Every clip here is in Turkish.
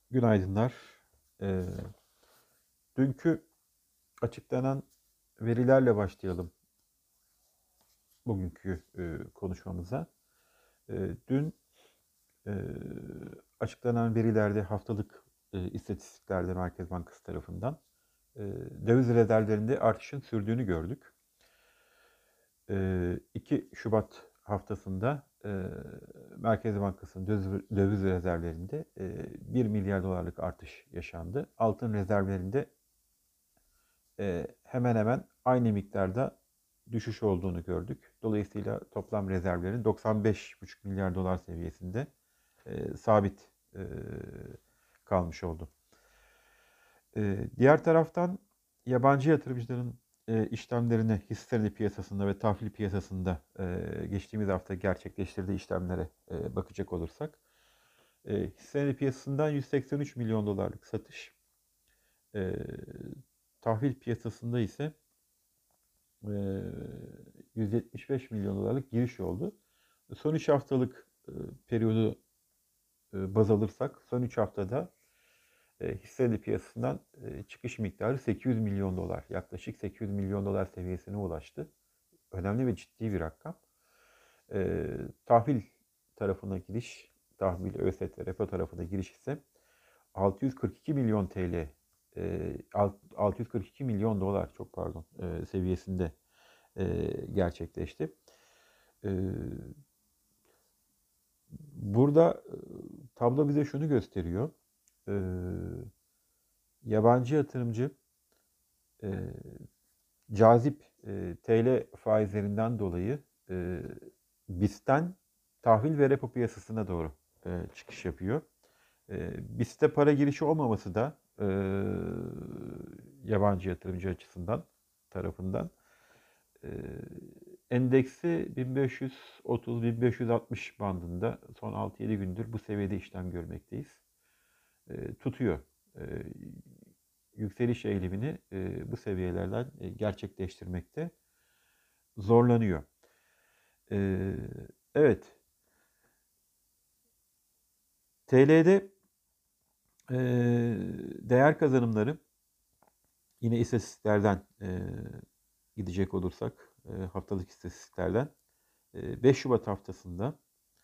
Günaydınlar. Eee, Dünkü açıklanan verilerle başlayalım bugünkü konuşmamıza. Dün eee, açıklanan verilerde haftalık istatistiklerde Merkez Bankası tarafından döviz rezervlerinde artışın sürdüğünü gördük. 2 Şubat haftasında Merkez Bankası'nın döviz rezervlerinde 1 milyar dolarlık artış yaşandı. Altın rezervlerinde hemen hemen aynı miktarda düşüş olduğunu gördük. Dolayısıyla toplam rezervlerin 95,5 milyar dolar seviyesinde sabit kalmış oldu. Diğer taraftan yabancı yatırımcıların işlemlerini hisse senedi piyasasında ve tahvil piyasasında geçtiğimiz hafta gerçekleştirdiği işlemlere bakacak olursak hisse senedi piyasasından 183 milyon dolarlık satış, tahvil piyasasında ise 175 milyon dolarlık giriş oldu. Son 3 haftalık periyodu baz alırsak son 3 haftada hisse senedi piyasasından çıkış miktarı 800 milyon dolar. Yaklaşık 800 milyon dolar seviyesine ulaştı. Önemli ve ciddi bir rakam. Tahvil tarafına giriş, tahvil, ÖST, repo tarafına giriş ise 642 milyon TL, 642 milyon dolar çok pardon seviyesinde gerçekleşti. Burada tablo bize şunu gösteriyor. Yabancı yatırımcı cazip TL faizlerinden dolayı BIST'ten tahvil ve repo piyasasına doğru çıkış yapıyor. BIST'te para girişi olmaması da yabancı yatırımcı açısından tarafından endeksi 1530-1560 bandında son 6-7 gündür bu seviyede işlem görmekteyiz. Tutuyor. Yükseliş eğilimini bu seviyelerden gerçekleştirmekte zorlanıyor. Evet. TL'de değer kazanımları yine istatistiklerden gidecek olursak haftalık istatistiklerden 5 Şubat haftasında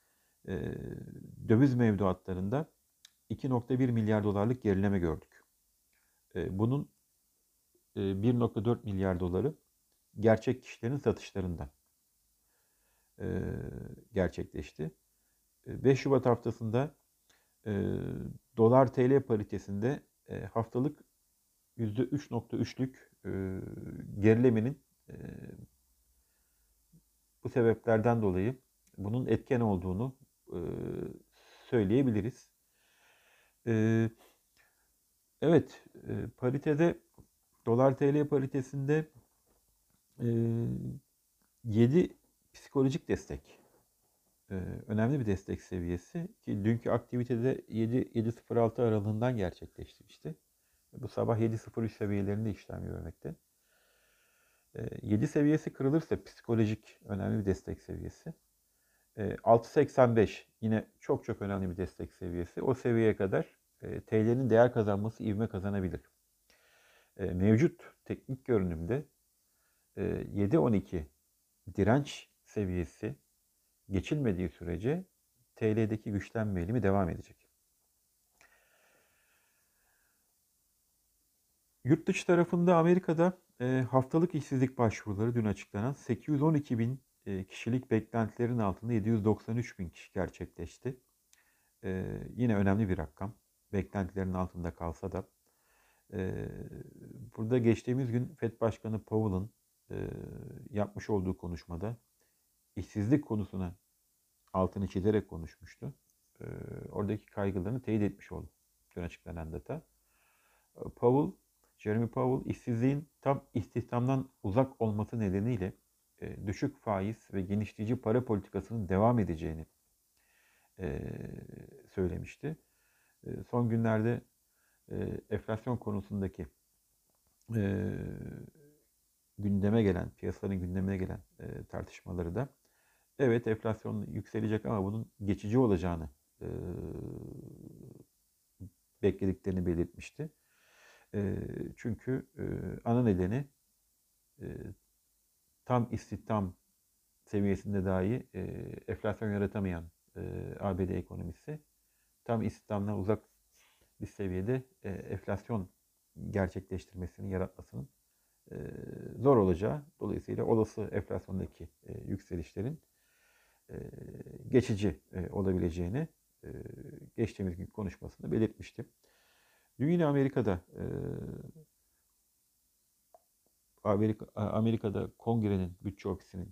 döviz mevduatlarında 2,1 milyar dolarlık gerileme gördük. Bunun 1,4 milyar doları gerçek kişilerin satışlarından gerçekleşti. 5 Şubat haftasında dolar TL paritesinde haftalık %3,3'lük gerilemenin bu sebeplerden dolayı bunun etken olduğunu söyleyebiliriz. Evet, paritede dolar TL paritesinde 7 psikolojik destek. Önemli bir destek seviyesi ki dünkü aktivitede 7.06 aralığından gerçekleşmişti. Bu sabah 7.03 seviyelerinde işlem görmekte. 7 seviyesi kırılırsa psikolojik önemli bir destek seviyesi. 6.85 yine çok çok önemli bir destek seviyesi. O seviyeye kadar TL'nin değer kazanması ivme kazanabilir. Mevcut teknik görünümde 7.12 direnç seviyesi geçilmediği sürece TL'deki güçlenme eğilimi devam edecek. Yurt dışı tarafında Amerika'da haftalık işsizlik başvuruları dün açıklanan 812 bin kişilik beklentilerin altında 793 bin kişi gerçekleşti. Yine önemli bir rakam. Beklentilerin altında kalsa da. Burada geçtiğimiz gün FED Başkanı Powell'ın yapmış olduğu konuşmada işsizlik konusuna altını çizerek konuşmuştu. Oradaki kaygılarını teyit etmiş oldu dün açıklanan data. Jeremy Powell işsizliğin tam istihdamdan uzak olması nedeniyle düşük faiz ve genişleyici para politikasının devam edeceğini söylemişti. Son günlerde enflasyon konusundaki gündeme gelen, piyasaların gündemine gelen tartışmaları da evet enflasyon yükselecek ama bunun geçici olacağını beklediklerini belirtmişti. Çünkü ana nedeni tam istihdam seviyesinde dahi enflasyon yaratamayan ABD ekonomisi tam istihdamdan uzak bir seviyede enflasyon gerçekleştirmesinin, yaratmasının zor olacağı, dolayısıyla olası enflasyondaki yükselişlerin geçici olabileceğini geçtiğimiz gün konuşmasında belirtmiştim. Dün yine Amerika'da Kongre'nin bütçe ofisinin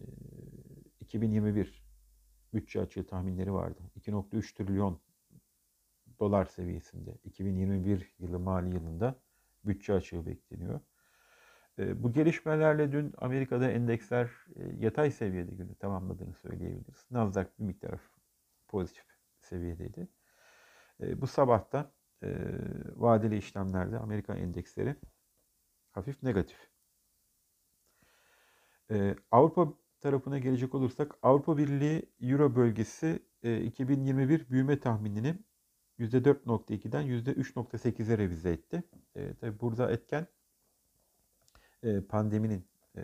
2021 bütçe açığı tahminleri vardı. 2,3 trilyon dolar seviyesinde 2021 yılı mali yılında bütçe açığı bekleniyor. Bu gelişmelerle dün Amerika'da endeksler yatay seviyede günü tamamladığını söyleyebiliriz. Nasdaq bir miktar pozitif seviyedeydi. Bu sabah da vadeli işlemlerde Amerika endeksleri hafif negatif. Avrupa tarafına gelecek olursak Avrupa Birliği Euro bölgesi 2021 büyüme tahminini %4,2'den %3,8'e revize etti. Tabii burada etken pandeminin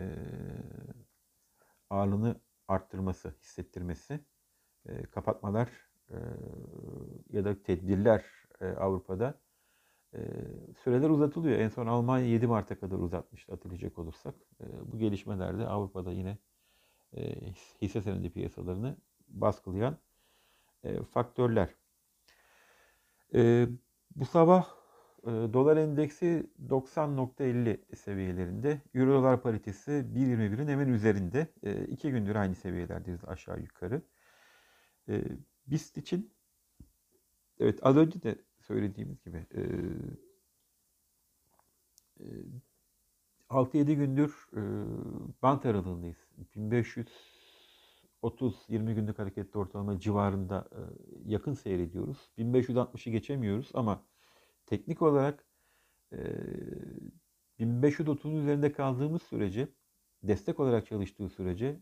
ağırlığını arttırması, hissettirmesi, kapatmalar ya da tedbirler Avrupa'da süreler uzatılıyor. En son Almanya 7 Mart'a kadar uzatmıştı hatırlayacak olursak. Bu gelişmelerde Avrupa'da yine hisse senedi piyasalarını baskılayan faktörler. Bu sabah dolar endeksi 90,50 seviyelerinde. Euro dolar paritesi 1,21'in hemen üzerinde. 2 gündür aynı seviyelerdeyiz aşağı yukarı. BIST için evet az önce de söylediğimiz gibi 6-7 gündür bant aralığındayız. 1530-20 günlük hareketli ortalama civarında yakın seyrediyoruz. 1560'ı geçemiyoruz ama teknik olarak 1530'un üzerinde kaldığımız sürece, destek olarak çalıştığı sürece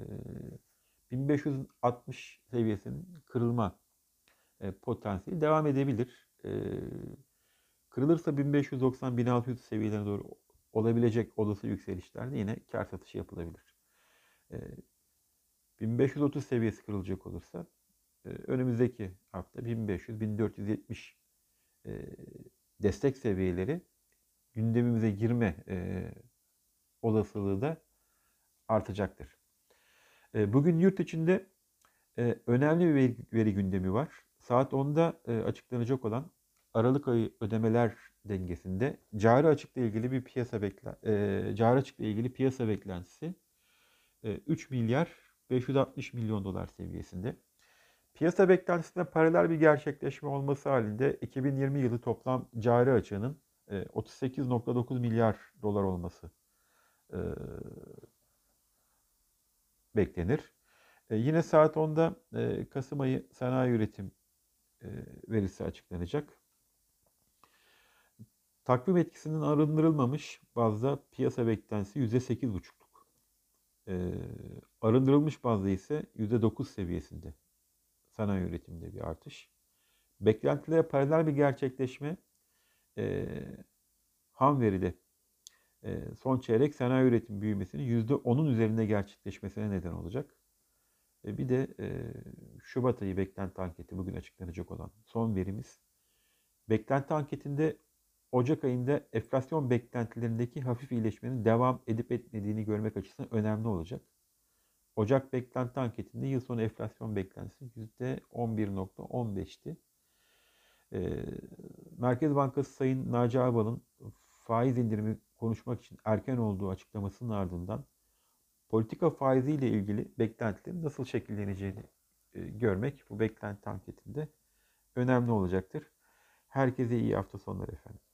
1560 seviyesinin kırılma potansiyeli devam edebilir. Kırılırsa 1590-1600 seviyelerine doğru olabilecek olası yükselişlerde yine kar satışı yapılabilir. 1530 seviyesi kırılacak olursa önümüzdeki hafta 1500-1470 destek seviyeleri gündemimize girme olasılığı da artacaktır. Bugün yurt içinde önemli bir veri gündemi var. Saat 10'da açıklanacak olan Aralık ayı ödemeler dengesinde cari açıkla ilgili bir piyasa beklentisi 3 milyar 560 milyon dolar seviyesinde. Piyasa beklentisine paralel bir gerçekleşme olması halinde 2020 yılı toplam cari açığının 38,9 milyar dolar olması beklenir. Yine saat 10'da Kasım ayı sanayi üretim verisi açıklanacak. Takvim etkisinden arındırılmamış bazda piyasa beklentisi %8,5'luk. Arındırılmış bazda ise %9 seviyesinde sanayi üretiminde bir artış. Beklentilere paralel bir gerçekleşme ham veride son çeyrek sanayi üretim büyümesinin %10'un üzerinde gerçekleşmesine neden olacak. Bir de Şubat ayı beklenti anketi bugün açıklanacak olan son verimiz. Beklenti anketinde Ocak ayında enflasyon beklentilerindeki hafif iyileşmenin devam edip etmediğini görmek açısından önemli olacak. Ocak beklenti anketinde yıl sonu enflasyon beklentisi %11,15'ti. Merkez Bankası Sayın Naci Ağbal'ın faiz indirimi konuşmak için erken olduğu açıklamasının ardından politika faiziyle ilgili beklentilerin nasıl şekilleneceğini görmek bu beklenti anketinde önemli olacaktır. Herkese iyi hafta sonları efendim.